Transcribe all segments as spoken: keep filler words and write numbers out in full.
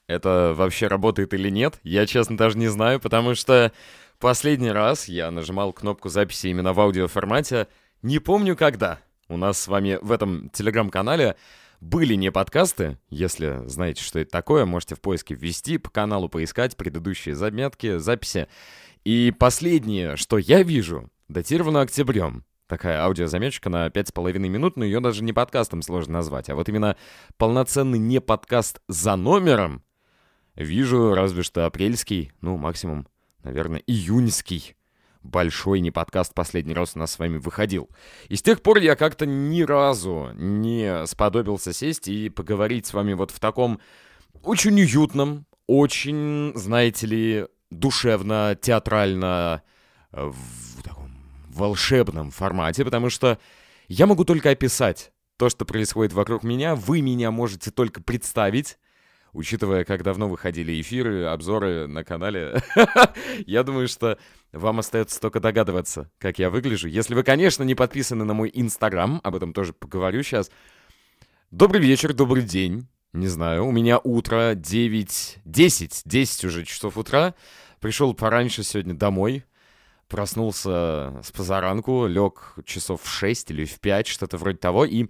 Это вообще работает или нет, я, честно, даже не знаю, потому что последний раз я нажимал кнопку записи именно в аудиоформате, не помню когда. У нас с вами в этом телеграм-канале были не подкасты. Если знаете, что это такое, можете в поиске ввести, по каналу поискать предыдущие заметки, записи. И последнее, что я вижу, датировано октябрем. Такая аудиозаметочка на пять с половиной минут, но ее даже не подкастом сложно назвать. А вот именно полноценный не подкаст за номером вижу разве что апрельский, ну, максимум, наверное, июньский. Большой не подкаст последний раз у нас с вами выходил. И с тех пор я как-то ни разу не сподобился сесть и поговорить с вами вот в таком очень уютном, очень, знаете ли, душевно, театрально, в таком волшебном формате, потому что я могу только описать то, что происходит вокруг меня, вы меня можете только представить, учитывая, как давно выходили эфиры, обзоры на канале. Я думаю, что вам остается только догадываться, как я выгляжу. Если вы, конечно, не подписаны на мой Инстаграм, об этом тоже поговорю сейчас. Добрый вечер, добрый день. Не знаю, у меня утро девять, десять, десять уже часов утра. Пришел пораньше сегодня домой. Проснулся с позаранку, лег часов в шесть или в пять, что-то вроде того, и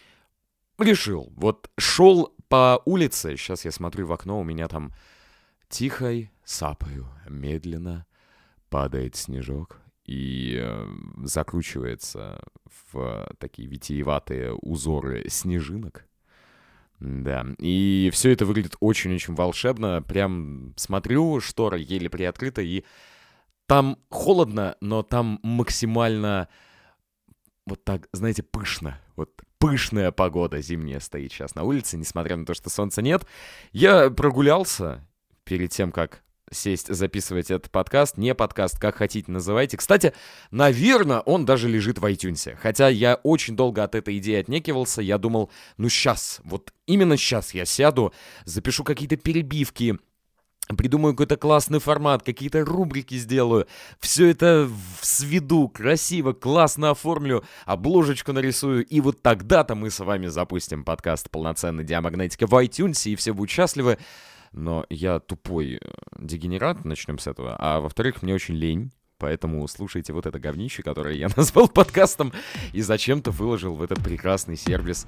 решил. Вот шел по улице, сейчас я смотрю в окно, у меня там тихой сапою, медленно падает снежок и э, закручивается в такие витиеватые узоры снежинок. Да, и все это выглядит очень-очень волшебно. Прям смотрю, штора еле приоткрыта, и там холодно, но там максимально вот так, знаете, пышно. Вот пышная погода зимняя стоит сейчас на улице, несмотря на то, что солнца нет. Я прогулялся перед тем, как сесть записывать этот подкаст. Не подкаст, как хотите называйте. Кстати, наверное, он даже лежит в iTunes. Хотя я очень долго от этой идеи отнекивался. Я думал, ну сейчас, вот именно сейчас я сяду, запишу какие-то перебивки, придумаю какой-то классный формат, какие-то рубрики сделаю, все это сведу, красиво, классно оформлю, обложечку нарисую, и вот тогда-то мы с вами запустим подкаст «Полноценный Диамагнетика» в iTunes, и все будут счастливы. Но я тупой дегенерат, начнем с этого, а во-вторых, мне очень лень, поэтому слушайте вот это говнище, которое я назвал подкастом, и зачем-то выложил в этот прекрасный сервис.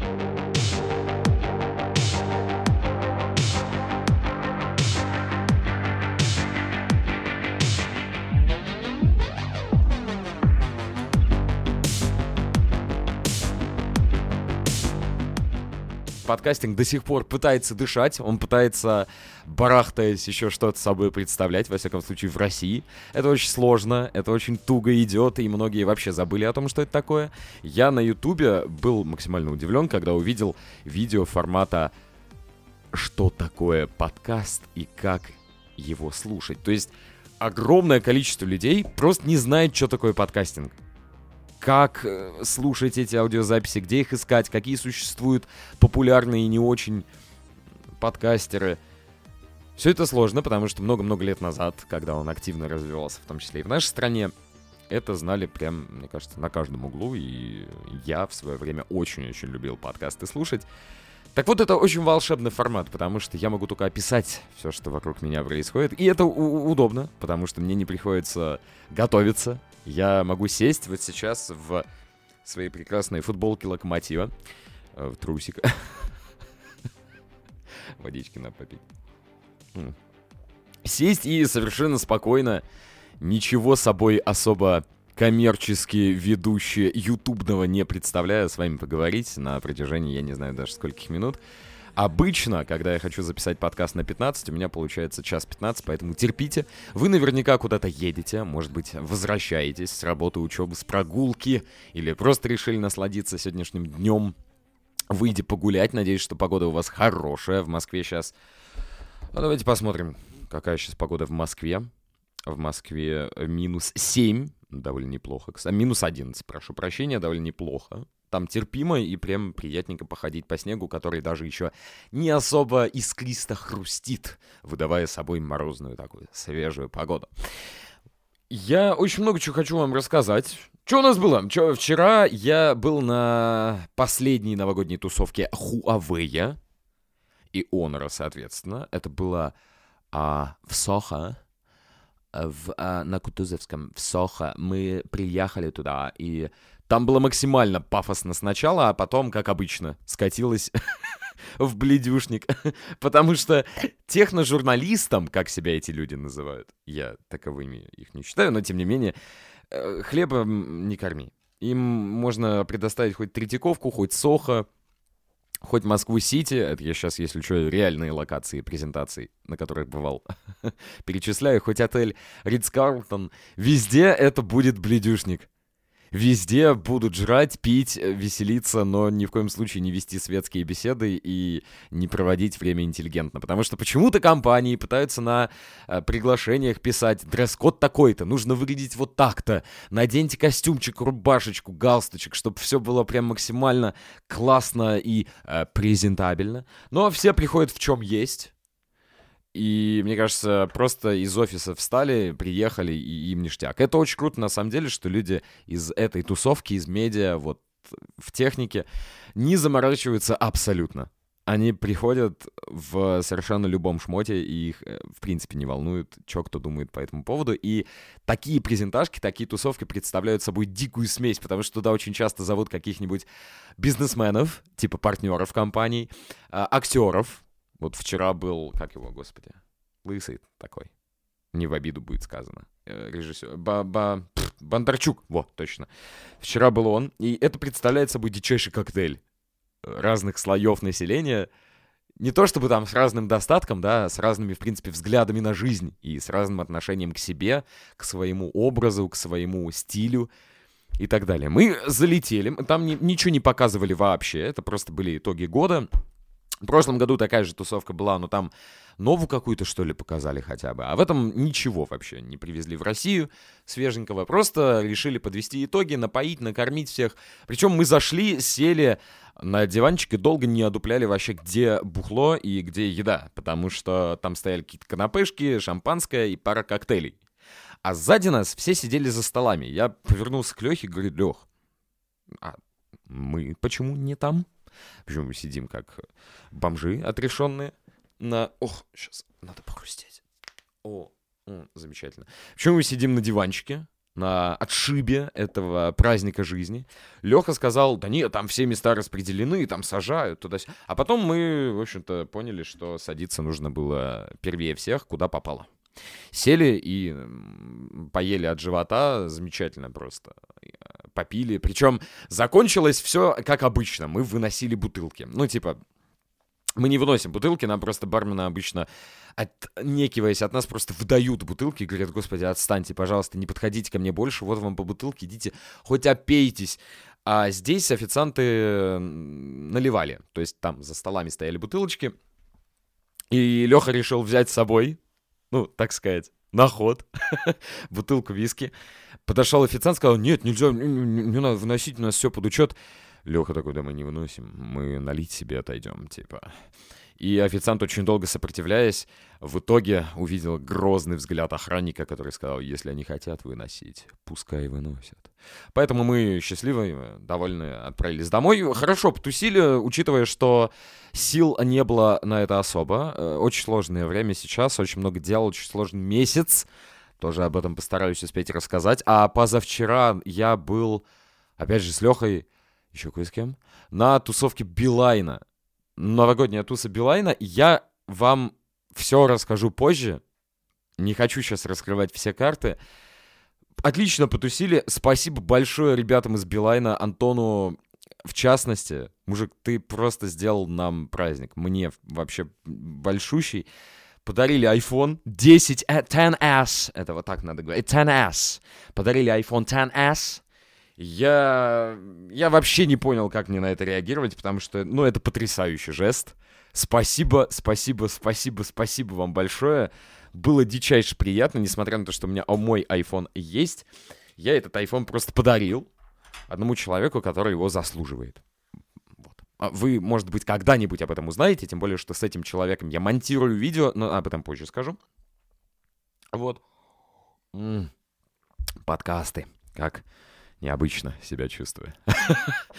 Подкастинг до сих пор пытается дышать, он пытается, барахтаясь, еще что-то собой представлять, во всяком случае, в России. Это очень сложно, это очень туго идет, и многие вообще забыли о том, что это такое. Я на Ютубе был максимально удивлен, когда увидел видео формата «Что такое подкаст и как его слушать?». То есть огромное количество людей просто не знает, что такое подкастинг. Как слушать эти аудиозаписи, где их искать, какие существуют популярные и не очень подкастеры. Все это сложно, потому что много-много лет назад, когда он активно развивался, в том числе и в нашей стране, это знали прям, мне кажется, на каждом углу, и я в свое время очень-очень любил подкасты слушать. Так вот, это очень волшебный формат, потому что я могу только описать все, что вокруг меня происходит, и это у- удобно, потому что мне не приходится готовиться. Я могу сесть вот сейчас в своей прекрасной футболке Локомотива, в трусик. Водички надо попить. Сесть и совершенно спокойно, ничего собой особо коммерчески ведущее ютубного не представляя, с вами поговорить на протяжении, я не знаю даже скольких минут. Обычно, когда я хочу записать подкаст на пятнадцать, у меня получается час пятнадцать, поэтому терпите. Вы наверняка куда-то едете, может быть, возвращаетесь с работы, учебы, с прогулки, или просто решили насладиться сегодняшним днем, выйти погулять. Надеюсь, что погода у вас хорошая в Москве сейчас. Ну, давайте посмотрим, какая сейчас погода в Москве. В Москве минус семь, довольно неплохо. А минус одиннадцать, прошу прощения, довольно неплохо. Там терпимо и прям приятненько походить по снегу, который даже еще не особо искристо хрустит, выдавая собой морозную такую свежую погоду. Я очень много чего хочу вам рассказать. Что у нас было? Чё, вчера я был на последней новогодней тусовке Huawei. и Honor, соответственно. Это было а, в Сохо, в, а, на Кутузовском, в Сохо. Мы приехали туда, и там было максимально пафосно сначала, а потом, как обычно, скатилось в бледюшник. Потому что техножурналистам, как себя эти люди называют, я таковыми их не считаю, но тем не менее, хлеба не корми. Им можно предоставить хоть Третьяковку, хоть Сохо, хоть Москву-Сити. Это я сейчас, если что, реальные локации презентаций, на которых бывал, перечисляю. Хоть отель Ридс-Карлтон. Везде это будет бледюшник. Везде будут жрать, пить, веселиться, но ни в коем случае не вести светские беседы и не проводить время интеллигентно. Потому что почему-то компании пытаются на э, приглашениях писать: дресс-код такой-то, нужно выглядеть вот так-то, наденьте костюмчик, рубашечку, галстучек, чтобы все было прям максимально классно и э, презентабельно. Но все приходят в чем есть. И, мне кажется, просто из офиса встали, приехали, и им ништяк. Это очень круто, на самом деле, что люди из этой тусовки, из медиа, вот в технике, не заморачиваются абсолютно. Они приходят в совершенно любом шмоте, и их, в принципе, не волнует, что кто думает по этому поводу. И такие презентажки, такие тусовки представляют собой дикую смесь, потому что туда очень часто зовут каких-нибудь бизнесменов, типа партнеров компаний, актеров. Вот вчера был, как его, господи, лысый такой, не в обиду будет сказано, э, режиссер, ба ба пф, Бондарчук, вот, точно. Вчера был он, и это представляет собой дичайший коктейль разных слоев населения, не то чтобы там с разным достатком, да, с разными, в принципе, взглядами на жизнь и с разным отношением к себе, к своему образу, к своему стилю и так далее. Мы залетели, там ни, ничего не показывали вообще, это просто были итоги года. В прошлом году такая же тусовка была, но там новую какую-то, что ли, показали хотя бы. А в этом ничего вообще не привезли в Россию свеженького. Просто решили подвести итоги, напоить, накормить всех. Причем мы зашли, сели на диванчик и долго не одупляли вообще, где бухло и где еда. Потому что там стояли какие-то канапешки, шампанское и пара коктейлей. А сзади нас все сидели за столами. Я повернулся к Лехе и говорю: Лех, а мы почему не там? Почему мы сидим как бомжи отрешенные на... Ох, сейчас надо похрустеть. О, о, замечательно. Почему мы сидим на диванчике, на отшибе этого праздника жизни? Леха сказал: да нет, там все места распределены, там сажают туда. А потом мы, в общем-то, поняли, что садиться нужно было первее всех, куда попало. Сели и поели от живота, замечательно просто. Попили. Причем закончилось все как обычно. Мы выносили бутылки. Ну, типа, мы не выносим бутылки, нам просто бармены обычно, отнекиваясь от нас, просто выдают бутылки и говорят: господи, отстаньте, пожалуйста, не подходите ко мне больше, вот вам по бутылке, идите, хоть опейтесь. А здесь официанты наливали. То есть там за столами стояли бутылочки. И Леха решил взять с собой, ну, так сказать, на ход, бутылку виски. Подошел официант, сказал: нет, нельзя, не, не, не надо выносить, у нас все под учет. Леха такой: да мы не выносим, мы налить себе отойдем, типа. И официант, очень долго сопротивляясь, в итоге увидел грозный взгляд охранника, который сказал: если они хотят выносить, пускай выносят. Поэтому мы счастливы, довольны, отправились домой. Хорошо потусили, учитывая, что сил не было на это особо. Очень сложное время сейчас, очень много дел, очень сложный месяц. Тоже об этом постараюсь успеть рассказать. А позавчера я был, опять же, с Лехой, еще кое с кем, на тусовке Билайна. Новогодняя туса Билайна. Я вам все расскажу позже. Не хочу сейчас раскрывать все карты. Отлично потусили. Спасибо большое ребятам из Билайна, Антону в частности. Мужик, ты просто сделал нам праздник. Мне вообще большущий. Подарили iPhone десять, десять эс. Это вот так надо говорить. десять эс. Подарили iPhone десять эс. Я... Я вообще не понял, как мне на это реагировать, потому что, ну, это потрясающий жест. Спасибо, спасибо, спасибо, спасибо вам большое. Было дичайше приятно, несмотря на то, что у меня мой iPhone есть. Я этот iPhone просто подарил одному человеку, который его заслуживает. Вот. Вы, может быть, когда-нибудь об этом узнаете, тем более, что с этим человеком я монтирую видео, но об этом позже скажу. Вот. М-м. Подкасты. Как необычно себя чувствую.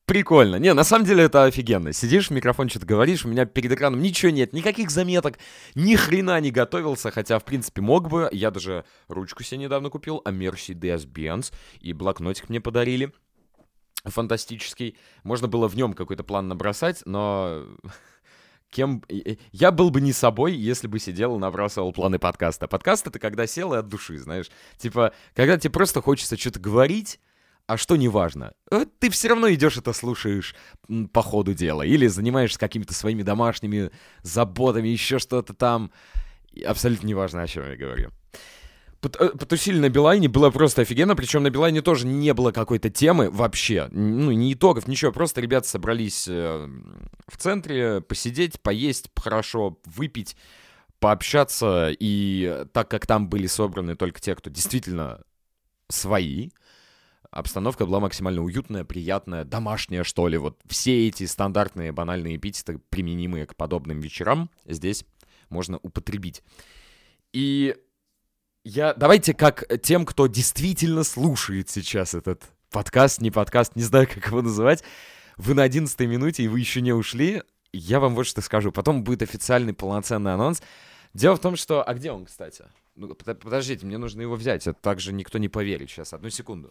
Прикольно. Не, на самом деле это офигенно. Сидишь, в микрофон что-то говоришь, у меня перед экраном ничего нет, никаких заметок, ни хрена не готовился, хотя, в принципе, мог бы. Я даже ручку себе недавно купил, а Mercedes-Benz, и блокнотик мне подарили. Фантастический. Можно было в нем какой-то план набросать, но... Кем... Я был бы не собой, если бы сидел и набрасывал планы подкаста. Подкаст — это когда сел и от души, знаешь. Типа, когда тебе просто хочется что-то говорить, а что неважно. Ты все равно идешь это слушаешь по ходу дела. Или занимаешься какими-то своими домашними заботами, еще что-то там. Абсолютно неважно, о чем я говорю. Потусили на Билайне, было просто офигенно. Причем на Билайне тоже не было какой-то темы вообще. Ну, ни итогов, ничего. Просто ребята собрались в центре посидеть, поесть хорошо, выпить, пообщаться. И так как там были собраны только те, кто действительно свои, обстановка была максимально уютная, приятная, домашняя, что ли. Вот все эти стандартные банальные эпитеты, применимые к подобным вечерам, здесь можно употребить. И я... Давайте как тем, кто действительно слушает сейчас этот подкаст, не подкаст, не знаю, как его называть, вы на одиннадцатой минуте, и вы еще не ушли, я вам вот что скажу. Потом будет официальный полноценный анонс. Дело в том, что... А где он, кстати? Ну, подождите, мне нужно его взять. Это также никто не поверит сейчас. Одну секунду.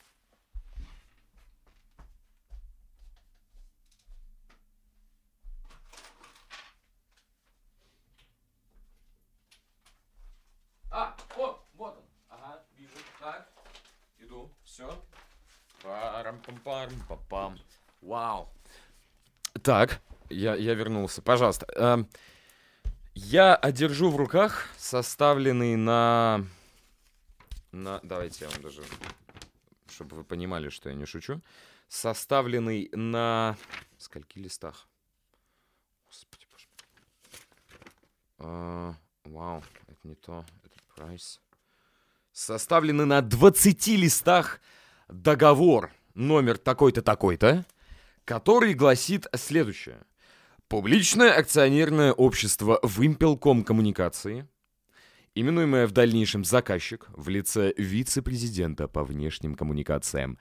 А, о, вот он. Ага, вижу. Так, иду. Все. Парам-пам-парам-пам-пам. Вау. Так, я, я вернулся. Пожалуйста. Э, я одержу в руках составленный на... на... Давайте я вам даже... Чтобы вы понимали, что я не шучу. Составленный на... Скольки листах? Господи, боже мой. Э, вау, это не то. Price. Составленный на двадцати листах договор номер такой-то, такой-то, который гласит следующее. Публичное акционерное общество «Вымпелком коммуникации», именуемое в дальнейшем заказчик в лице вице-президента по внешним коммуникациям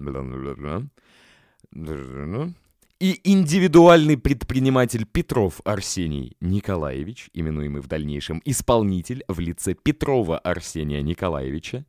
и индивидуальный предприниматель Петров Арсений Николаевич, именуемый в дальнейшем исполнитель в лице Петрова Арсения Николаевича,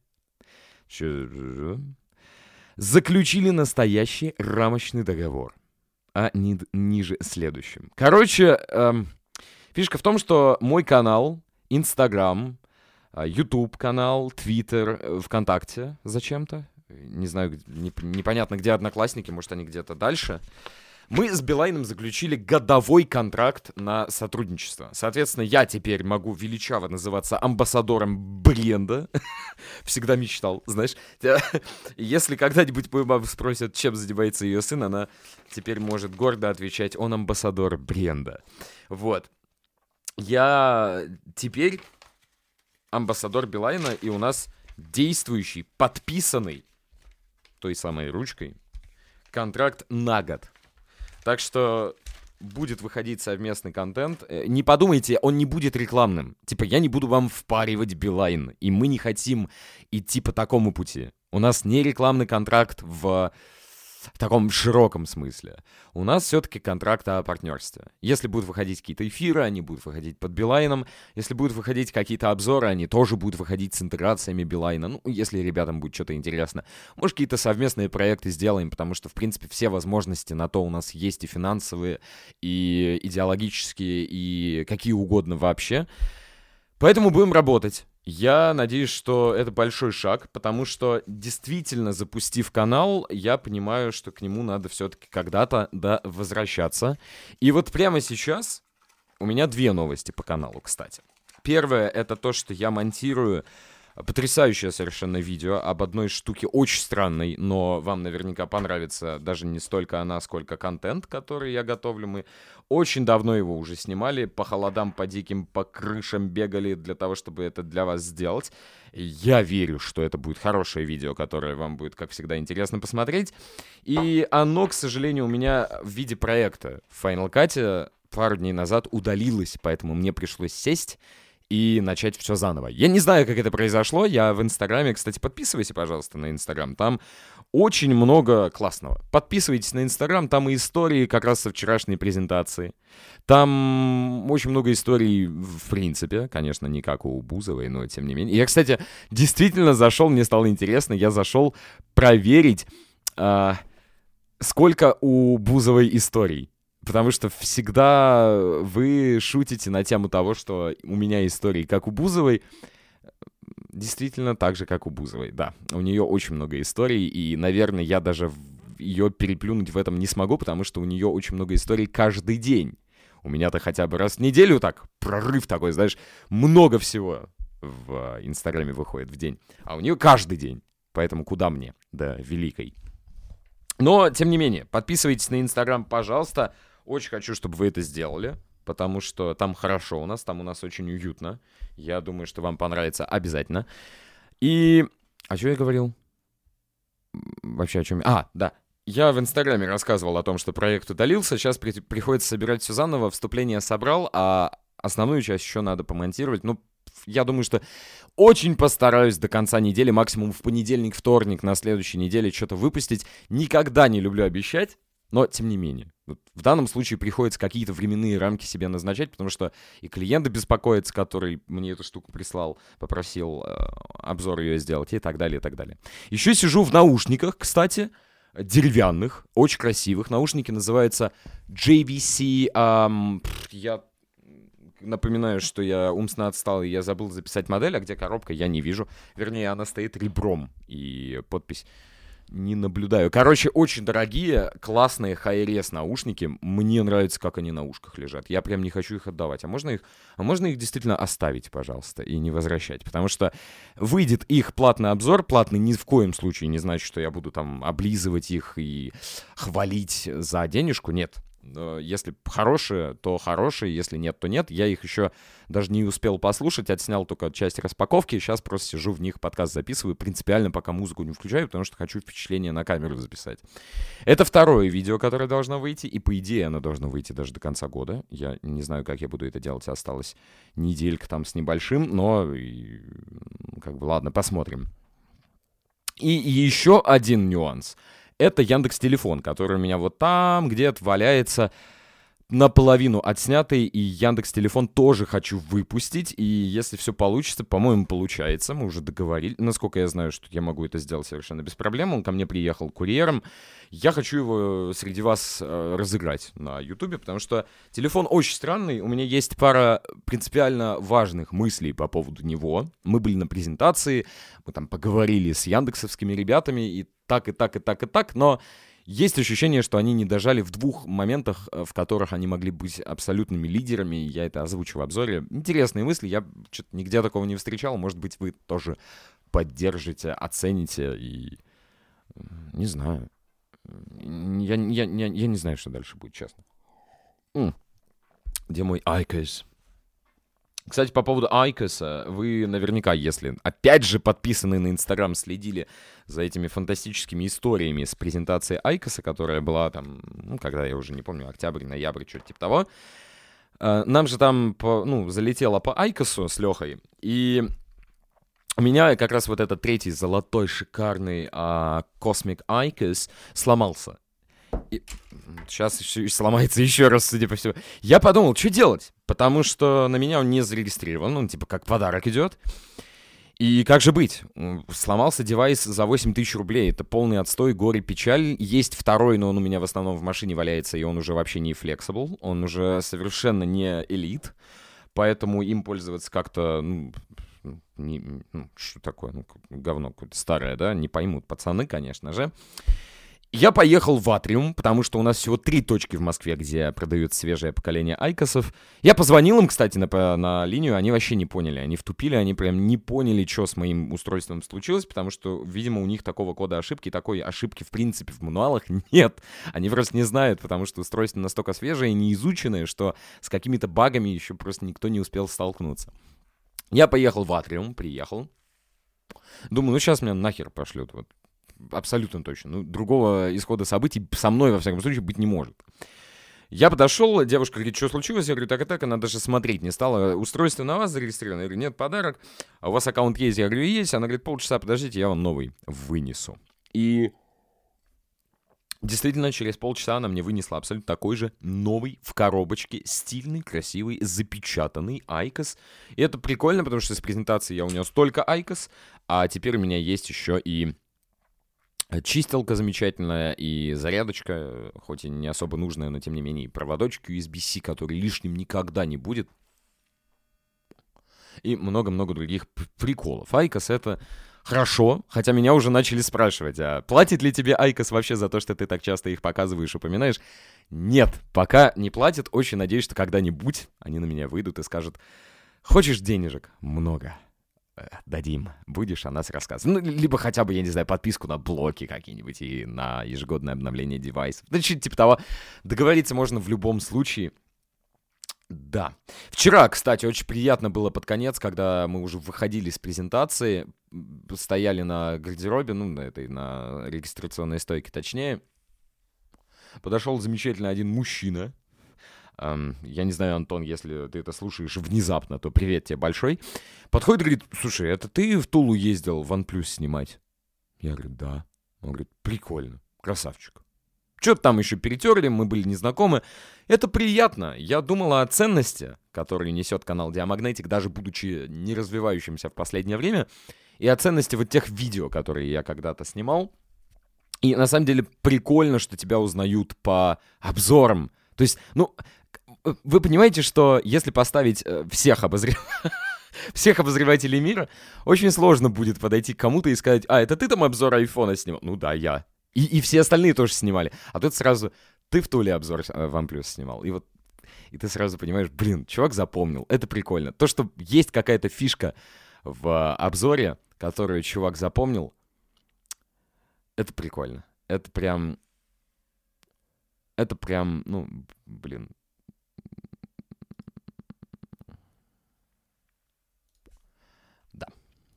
заключили настоящий рамочный договор о ни- ниже следующем. Короче, эм, фишка в том, что мой канал, Инстаграм, Ютуб-канал, Твиттер, ВКонтакте зачем-то, не знаю, не, непонятно, где Одноклассники, может, они где-то дальше. Мы с Билайном заключили годовой контракт на сотрудничество. Соответственно, я теперь могу величаво называться амбассадором бренда. Всегда мечтал, знаешь. Если когда-нибудь мою маму спросят, чем занимается ее сын, она теперь может гордо отвечать: он амбассадор бренда. Вот. Я теперь амбассадор Билайна, и у нас действующий, подписанный той самой ручкой контракт на год. Так что будет выходить совместный контент. Не подумайте, он не будет рекламным. Типа, я не буду вам впаривать Билайн. И мы не хотим идти по такому пути. У нас не рекламный контракт в таком широком смысле. У нас все-таки контракт о партнерстве. Если будут выходить какие-то эфиры, они будут выходить под Билайном. Если будут выходить какие-то обзоры, они тоже будут выходить с интеграциями Билайна. Ну, если ребятам будет что-то интересно. Может, какие-то совместные проекты сделаем, потому что, в принципе, все возможности на то у нас есть, и финансовые, и идеологические, и какие угодно вообще. Поэтому будем работать. Я надеюсь, что это большой шаг, потому что, действительно, запустив канал, я понимаю, что к нему надо все-таки когда-то, да, возвращаться. И вот прямо сейчас у меня две новости по каналу, кстати. Первое — это то, что я монтирую потрясающее совершенно видео об одной штуке очень странной, но вам наверняка понравится даже не столько она, сколько контент, который я готовлю. Мы очень давно его уже снимали, по холодам, по диким, по крышам бегали для того, чтобы это для вас сделать. Я верю, что это будет хорошее видео, которое вам будет, как всегда, интересно посмотреть. И оно, к сожалению, у меня в виде проекта в Final Cut пару дней назад удалилось, поэтому мне пришлось сесть и начать все заново. Я не знаю, как это произошло. Я в Инстаграме, кстати, подписывайся, пожалуйста, на Инстаграм. Там очень много классного. Подписывайтесь на Инстаграм, там и истории как раз со вчерашней презентации. Там очень много историй в принципе, конечно, не как у Бузовой, но тем не менее. Я, кстати, действительно зашел, мне стало интересно, я зашел проверить, э, сколько у Бузовой историй. Потому что всегда вы шутите на тему того, что у меня истории как у Бузовой. Действительно так же, как у Бузовой, да. У нее очень много историй, и, наверное, я даже ее переплюнуть в этом не смогу, потому что у нее очень много историй каждый день. У меня-то хотя бы раз в неделю так, прорыв такой, знаешь, много всего в Инстаграме выходит в день. А у нее каждый день, поэтому куда мне, да, великой. Но, тем не менее, подписывайтесь на Инстаграм, пожалуйста. Очень хочу, чтобы вы это сделали. Потому что там хорошо у нас, там у нас очень уютно. Я думаю, что вам понравится обязательно. И... А что я говорил? Вообще о чем... А, да. Я в Инстаграме рассказывал о том, что проект удалился. Сейчас при... приходится собирать все заново. Вступление собрал, а основную часть еще надо помонтировать. Ну, я думаю, что очень постараюсь до конца недели, максимум в понедельник, вторник, на следующей неделе что-то выпустить. Никогда не люблю обещать. Но, тем не менее, в данном случае приходится какие-то временные рамки себе назначать, потому что и клиент беспокоится, который мне эту штуку прислал, попросил э, обзор ее сделать, и так далее, и так далее. Еще сижу в наушниках, кстати, деревянных, очень красивых. Наушники называются джей ви си. Эм, я напоминаю, что я умственно отстал, и я забыл записать модель, а где коробка, я не вижу. Вернее, она стоит ребром, и подпись... Не наблюдаю. Короче, очень дорогие, классные хай-рес наушники. Мне нравится, как они на ушках лежат. Я прям не хочу их отдавать. А можно их, а можно их действительно оставить, пожалуйста, и не возвращать? Потому что выйдет их платный обзор. Платный ни в коем случае не значит, что я буду там облизывать их и хвалить за денежку. Нет. Если хорошие, то хорошие, если нет, то нет. Я их еще даже не успел послушать, отснял только часть распаковки. Сейчас просто сижу в них, подкаст записываю. Принципиально пока музыку не включаю, потому что хочу впечатление на камеру записать. Это второе видео, которое должно выйти. И по идее оно должно выйти даже до конца года. Я не знаю, как я буду это делать. Осталась неделька там с небольшим. Но, и, как бы, ладно, посмотрим. И еще один нюанс. Это Яндекс.Телефон, который у меня вот там где-то валяется, наполовину отснятый, и Яндекс.Телефон тоже хочу выпустить, и если все получится, по-моему, получается, мы уже договорились, насколько я знаю, что я могу это сделать совершенно без проблем, он ко мне приехал курьером, я хочу его среди вас э, разыграть на Ютубе, потому что телефон очень странный, у меня есть пара принципиально важных мыслей по поводу него, мы были на презентации, мы там поговорили с яндексовскими ребятами, и так, и так, и так, и так, но есть ощущение, что они не дожали в двух моментах, в которых они могли быть абсолютными лидерами, я это озвучу в обзоре. Интересные мысли, я что-то нигде такого не встречал, может быть, вы тоже поддержите, оцените и... Не знаю. Я, я, я, я не знаю, что дальше будет, честно. М. Где мой Айкос? Кстати, по поводу Айкоса, вы наверняка, если, опять же, подписаны на Инстаграм, следили за этими фантастическими историями с презентацией Айкоса, которая была там, ну, когда, я уже не помню, октябрь, ноябрь, что-то типа того. Нам же там, по, ну, залетело по Айкосу с Лехой, и у меня как раз вот этот третий золотой шикарный а, Cosmic Айкос сломался. И сейчас еще, сломается еще раз, судя по всему. Я подумал, что делать? Потому что на меня он не зарегистрирован, он типа как подарок идет. И как же быть? Сломался девайс за восемь тысяч рублей. Это полный отстой, горе, печаль. Есть второй, но он у меня в основном в машине валяется, и он уже вообще не flexible. Он уже совершенно не элит. Поэтому им пользоваться как-то... Ну, не, ну, что такое? Ну, говно какое-то старое, да? Не поймут пацаны, конечно же. Я поехал в Атриум, потому что у нас всего три точки в Москве, где продают свежее поколение айкосов. Я позвонил им, кстати, на, на линию, они вообще не поняли, они втупили, они прям не поняли, что с моим устройством случилось, потому что, видимо, у них такого кода ошибки, такой ошибки, в принципе, в мануалах нет. Они просто не знают, потому что устройство настолько свежее и неизученное, что с какими-то багами еще просто никто не успел столкнуться. Я поехал в Атриум, приехал. Думаю, ну сейчас меня нахер пошлют, вот. Абсолютно точно. Ну, другого исхода событий со мной, во всяком случае, быть не может. Я подошел, девушка говорит, что случилось? Я говорю, так и так, она даже смотреть не стала. Устройство на вас зарегистрировано? Я говорю, нет, подарок. А у вас аккаунт есть? Я говорю, есть. Она говорит, полчаса подождите, я вам новый вынесу. И Действительно, через полчаса она мне вынесла абсолютно такой же новый в коробочке, стильный, красивый, запечатанный айкос. И это прикольно, потому что с презентации я унес только айкос, а теперь у меня есть еще и чистилка замечательная, и зарядочка, хоть и не особо нужная, но тем не менее, и проводочек ю эс би-C, который лишним никогда не будет. И много-много других приколов. айкос — это хорошо, хотя меня уже начали спрашивать, а платит ли тебе айкос вообще за то, что ты так часто их показываешь, упоминаешь? Нет, пока не платит. Очень надеюсь, что когда-нибудь они на меня выйдут и скажут: хочешь денежек? Много. Дадим. Будешь о нас рассказывать. Ну, либо хотя бы, я не знаю, подписку на блоки какие-нибудь и на ежегодное обновление девайсов. Да что-то типа того. Договориться можно в любом случае. Да. Вчера, кстати, очень приятно было под конец, когда мы уже выходили с презентации, стояли на гардеробе, ну, на этой, на регистрационной стойке точнее. Подошел замечательно один мужчина. Um, я не знаю, Антон, если ты это слушаешь внезапно, то привет тебе большой. Подходит и говорит: слушай, это ты в Тулу ездил OnePlus снимать? Я говорю: да. Он говорит: прикольно, красавчик. Что-то там еще перетерли, мы были незнакомы. Это приятно. Я думал о ценности, которую несет канал Diamagnetic, даже будучи не развивающимся в последнее время, и о ценности вот тех видео, которые я когда-то снимал. И на самом деле прикольно, что тебя узнают по обзорам. То есть, ну, вы понимаете, что если поставить всех, обозрев... всех обозревателей мира, очень сложно будет подойти к кому-то и сказать: а, это ты там обзор айфона снимал? Ну да, я. И, и все остальные тоже снимали. А тут сразу: ты в Туле обзор OnePlus снимал. И вот и ты сразу понимаешь: блин, чувак запомнил. Это прикольно. То, что есть какая-то фишка в обзоре, которую чувак запомнил, это прикольно. Это прям... Это прям, ну, блин. Да.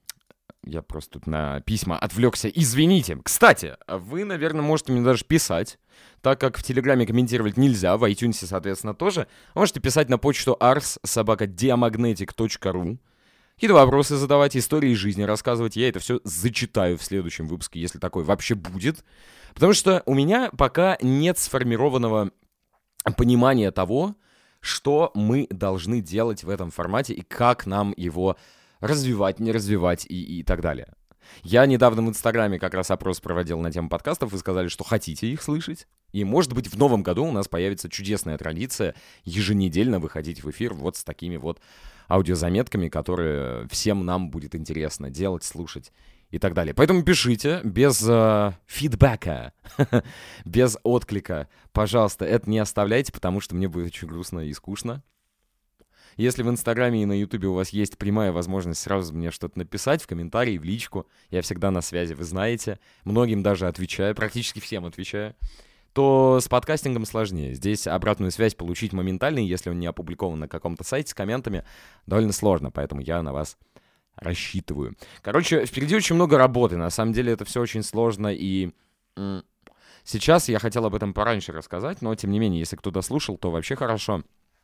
Я просто тут на письма отвлекся. Извините. Кстати, вы, наверное, можете мне даже писать, так как в Телеграме комментировать нельзя, в iTunes, соответственно, тоже. Можете писать на почту ars собака diamagnetic точка ру. Какие-то вопросы задавать, истории жизни рассказывать. Я это все зачитаю в следующем выпуске, если такой вообще будет. Потому что у меня пока нет сформированного понимания того, что мы должны делать в этом формате и как нам его развивать, не развивать и, и так далее. Я недавно в Инстаграме как раз опрос проводил на тему подкастов. Вы сказали, что хотите их слышать. И, может быть, в новом году у нас появится чудесная традиция еженедельно выходить в эфир вот с такими вот аудиозаметками, которые всем нам будет интересно делать, слушать и так далее. Поэтому пишите без э, фидбэка, без отклика. Пожалуйста, это не оставляйте, потому что мне будет очень грустно и скучно. Если в Инстаграме и на Ютубе у вас есть прямая возможность сразу мне что-то написать в комментарии, в личку, я всегда на связи, вы знаете, многим даже отвечаю, практически всем отвечаю, то с подкастингом сложнее. Здесь обратную связь получить моментально, если он не опубликован на каком-то сайте с комментами, довольно сложно, поэтому я на вас рассчитываю. Короче, впереди очень много работы, на самом деле это все очень сложно, и м- сейчас я хотел об этом пораньше рассказать, но тем не менее, если кто-то слушал, то вообще хорошо.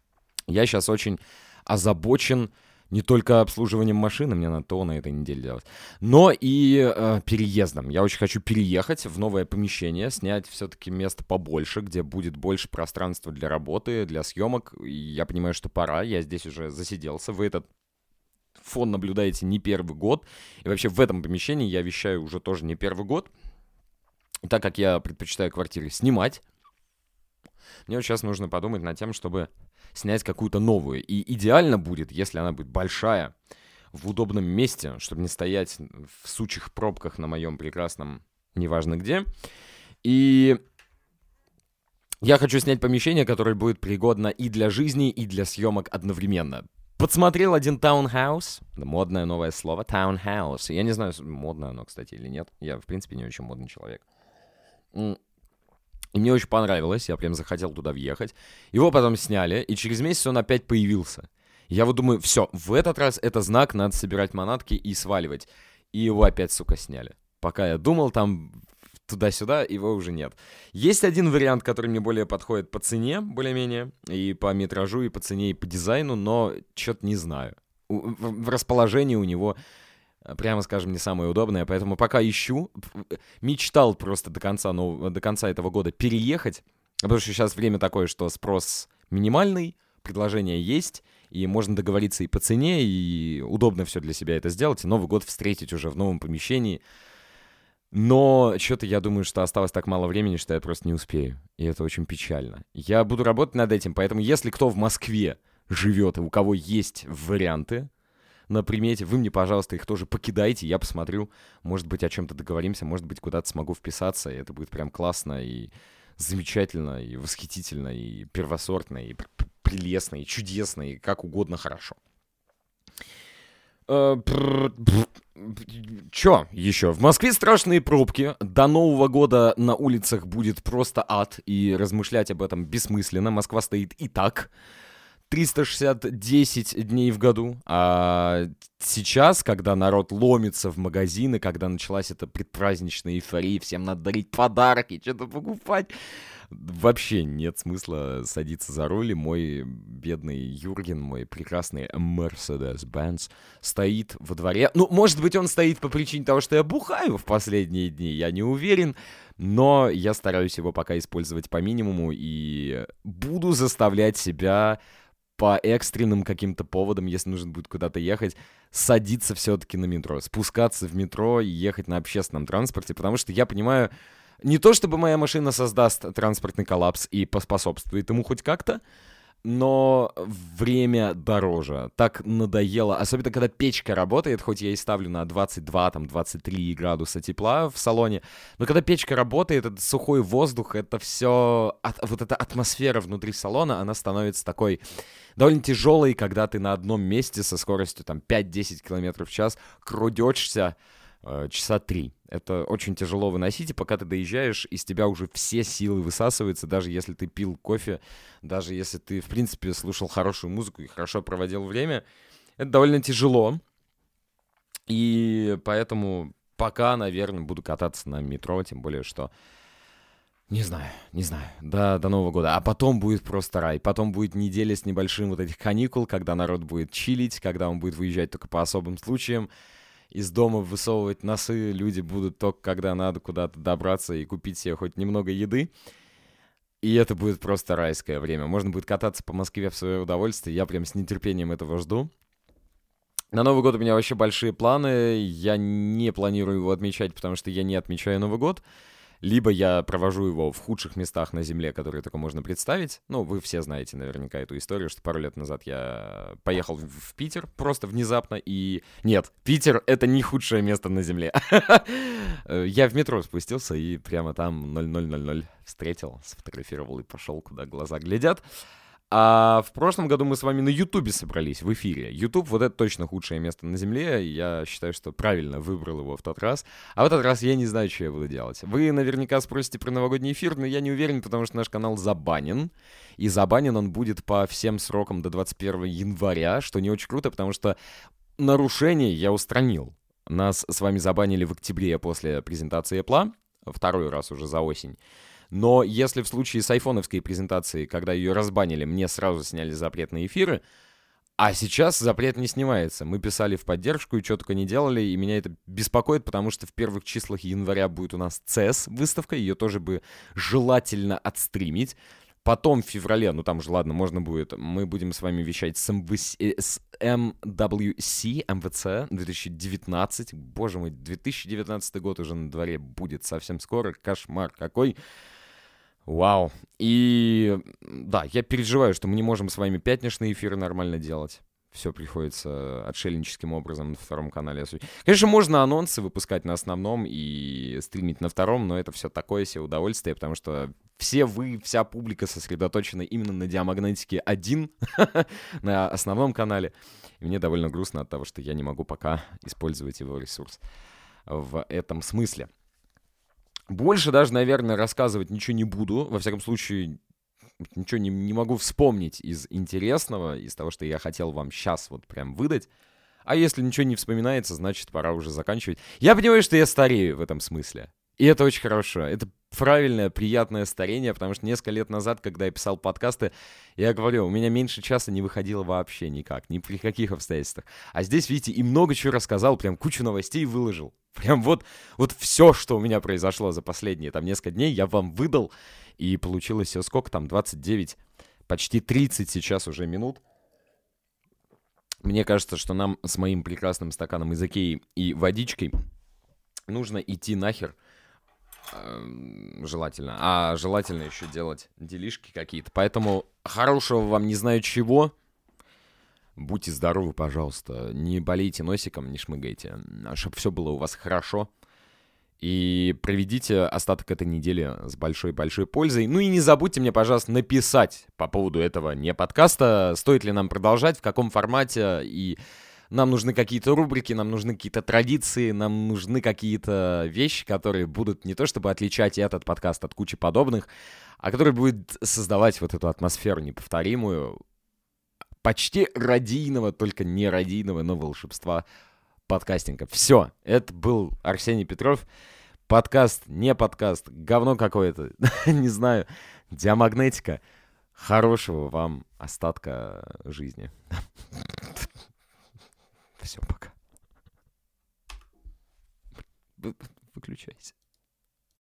Я сейчас очень озабочен не только обслуживанием машины, мне надо то на этой неделе делать, но и э, переездом. Я очень хочу переехать в новое помещение, снять все-таки место побольше, где будет больше пространства для работы, для съемок. И я понимаю, что пора, я здесь уже засиделся. Вы этот фон наблюдаете не первый год, и вообще в этом помещении я вещаю уже тоже не первый год. И так как я предпочитаю квартиры снимать, мне вот сейчас нужно подумать над тем, чтобы снять какую-то новую. И идеально будет, если она будет большая, в удобном месте, чтобы не стоять в сучих пробках на моем прекрасном неважно где. И я хочу снять помещение, которое будет пригодно и для жизни, и для съемок одновременно. Подсмотрел один таунхаус, модное новое слово, таунхаус. Я не знаю, модное оно, кстати, или нет. Я, в принципе, не очень модный человек. И мне очень понравилось, я прям захотел туда въехать. Его потом сняли, и через месяц он опять появился. Я вот думаю, все, в этот раз это знак, надо собирать манатки и сваливать. И его опять, сука, сняли. Пока я думал там туда-сюда, его уже нет. Есть один вариант, который мне более подходит по цене, более-менее, и по метражу, и по цене, и по дизайну, но что-то не знаю. В расположении у него прямо скажем, не самое удобное, поэтому пока ищу, мечтал просто до конца, ну, до конца этого года переехать, потому что сейчас время такое, что спрос минимальный, предложение есть, и можно договориться и по цене, и удобно все для себя это сделать, и Новый год встретить уже в новом помещении. Но что-то я думаю, что осталось так мало времени, что я просто не успею, и это очень печально. Я буду работать над этим, поэтому если кто в Москве живет, и у кого есть варианты на примете, вы мне, пожалуйста, их тоже покидайте, я посмотрю, может быть, о чем-то договоримся, может быть, куда-то смогу вписаться, и это будет прям классно, и замечательно, и восхитительно, и первосортно, и прелестно, и чудесно, и как угодно хорошо. Чё еще? В Москве страшные пробки. До Нового года на улицах будет просто ад, и размышлять об этом бессмысленно. Москва стоит и так триста шестьдесят десять дней в году. А сейчас, когда народ ломится в магазины, когда началась эта предпраздничная эйфория, всем надо дарить подарки, что-то покупать, вообще нет смысла садиться за руль. И мой бедный Юрген, мой прекрасный Mercedes-Benz, стоит во дворе. Ну, может быть, он стоит по причине того, что я бухаю в последние дни, я не уверен. Но я стараюсь его пока использовать по минимуму и буду заставлять себя по экстренным каким-то поводам, если нужно будет куда-то ехать, садиться все-таки на метро, спускаться в метро и ехать на общественном транспорте, потому что я понимаю, не то чтобы моя машина создаст транспортный коллапс и поспособствует ему хоть как-то, но время дороже. Так надоело, особенно когда печка работает, хоть я и ставлю на двадцать два, там, двадцать три градуса тепла в салоне, но когда печка работает, этот сухой воздух, это все, от, вот эта атмосфера внутри салона, она становится такой довольно тяжелой, когда ты на одном месте со скоростью там пять-десять километров в час крудёшься э, часа три. Это очень тяжело выносить, и пока ты доезжаешь, из тебя уже все силы высасываются, даже если ты пил кофе, даже если ты, в принципе, слушал хорошую музыку и хорошо проводил время. Это довольно тяжело, и поэтому пока, наверное, буду кататься на метро, тем более, что не знаю, не знаю, до, до Нового года. А потом будет просто рай. Потом будет неделя с небольшим вот этих каникул, когда народ будет чилить, когда он будет выезжать только по особым случаям. Из дома высовывать носы люди будут только когда надо куда-то добраться и купить себе хоть немного еды. И это будет просто райское время. Можно будет кататься по Москве в свое удовольствие. Я прям с нетерпением этого жду. На Новый год у меня вообще большие планы. Я не планирую его отмечать, потому что я не отмечаю Новый год. Либо я провожу его в худших местах на Земле, которые только можно представить. Ну, вы все знаете наверняка эту историю, что пару лет назад я поехал в Питер просто внезапно, и... Нет, Питер — это не худшее место на Земле. Я в метро спустился и прямо там ноль ноль ноль ноль встретил, сфотографировал и пошел, куда глаза глядят. А в прошлом году мы с вами на Ютубе собрались, в эфире. Ютуб — вот это точно худшее место на Земле. Я считаю, что правильно выбрал его в тот раз. А в этот раз я не знаю, что я буду делать. Вы наверняка спросите про новогодний эфир, но я не уверен, потому что наш канал забанен. И забанен он будет по всем срокам до двадцать первого января, что не очень круто, потому что нарушение я устранил. Нас с вами забанили в октябре после презентации Apple, второй раз уже за осень. Но если в случае с айфоновской презентацией, когда ее разбанили, мне сразу сняли запрет на эфиры, а сейчас запрет не снимается. Мы писали в поддержку и что только не делали, и меня это беспокоит, потому что в первых числах января будет у нас си и эс выставка, ее тоже бы желательно отстримить. Потом в феврале, ну там же, ладно, можно будет, мы будем с вами вещать с, эм ви си, с эм дабл ю си, эм ви си две тысячи девятнадцать. Боже мой, две тысячи девятнадцатый год уже на дворе будет совсем скоро, кошмар какой. Вау. И да, я переживаю, что мы не можем с вами пятничные эфиры нормально делать. Все приходится отшельническим образом на втором канале. Конечно, можно анонсы выпускать на основном и стримить на втором, но это все такое себе удовольствие, потому что все вы, вся публика сосредоточена именно на Диамагнетике один, на основном канале. И мне довольно грустно от того, что я не могу пока использовать его ресурс в этом смысле. Больше даже, наверное, рассказывать ничего не буду. Во всяком случае, ничего не, не могу вспомнить из интересного, из того, что я хотел вам сейчас вот прям выдать. А если ничего не вспоминается, значит, пора уже заканчивать. Я понимаю, что я старею в этом смысле. И это очень хорошо. Это правильное, приятное старение, потому что несколько лет назад, когда я писал подкасты, я говорю, у меня меньше часа не выходило вообще никак, ни при каких обстоятельствах. А здесь, видите, и много чего рассказал, прям кучу новостей выложил. Прям вот, вот все, что у меня произошло за последние там несколько дней, я вам выдал, и получилось все сколько там, двадцать девять, почти тридцать сейчас уже минут. Мне кажется, что нам с моим прекрасным стаканом из Икеи и водичкой нужно идти нахер, э, желательно, а желательно еще делать делишки какие-то. Поэтому хорошего вам не знаю чего. Будьте здоровы, пожалуйста. Не болейте носиком, не шмыгайте. Чтобы все было у вас хорошо. И проведите остаток этой недели с большой-большой пользой. Ну и не забудьте мне, пожалуйста, написать по поводу этого не подкаста. Стоит ли нам продолжать, в каком формате. И нам нужны какие-то рубрики, нам нужны какие-то традиции, нам нужны какие-то вещи, которые будут не то чтобы отличать этот подкаст от кучи подобных, а которые будут создавать вот эту атмосферу неповторимую, почти радийного, только не радийного, но волшебства подкастинга. Все, это был Арсений Петров. Подкаст, не подкаст, говно какое-то, не знаю, диамагнетика. Хорошего вам остатка жизни. Все, пока. Выключайся.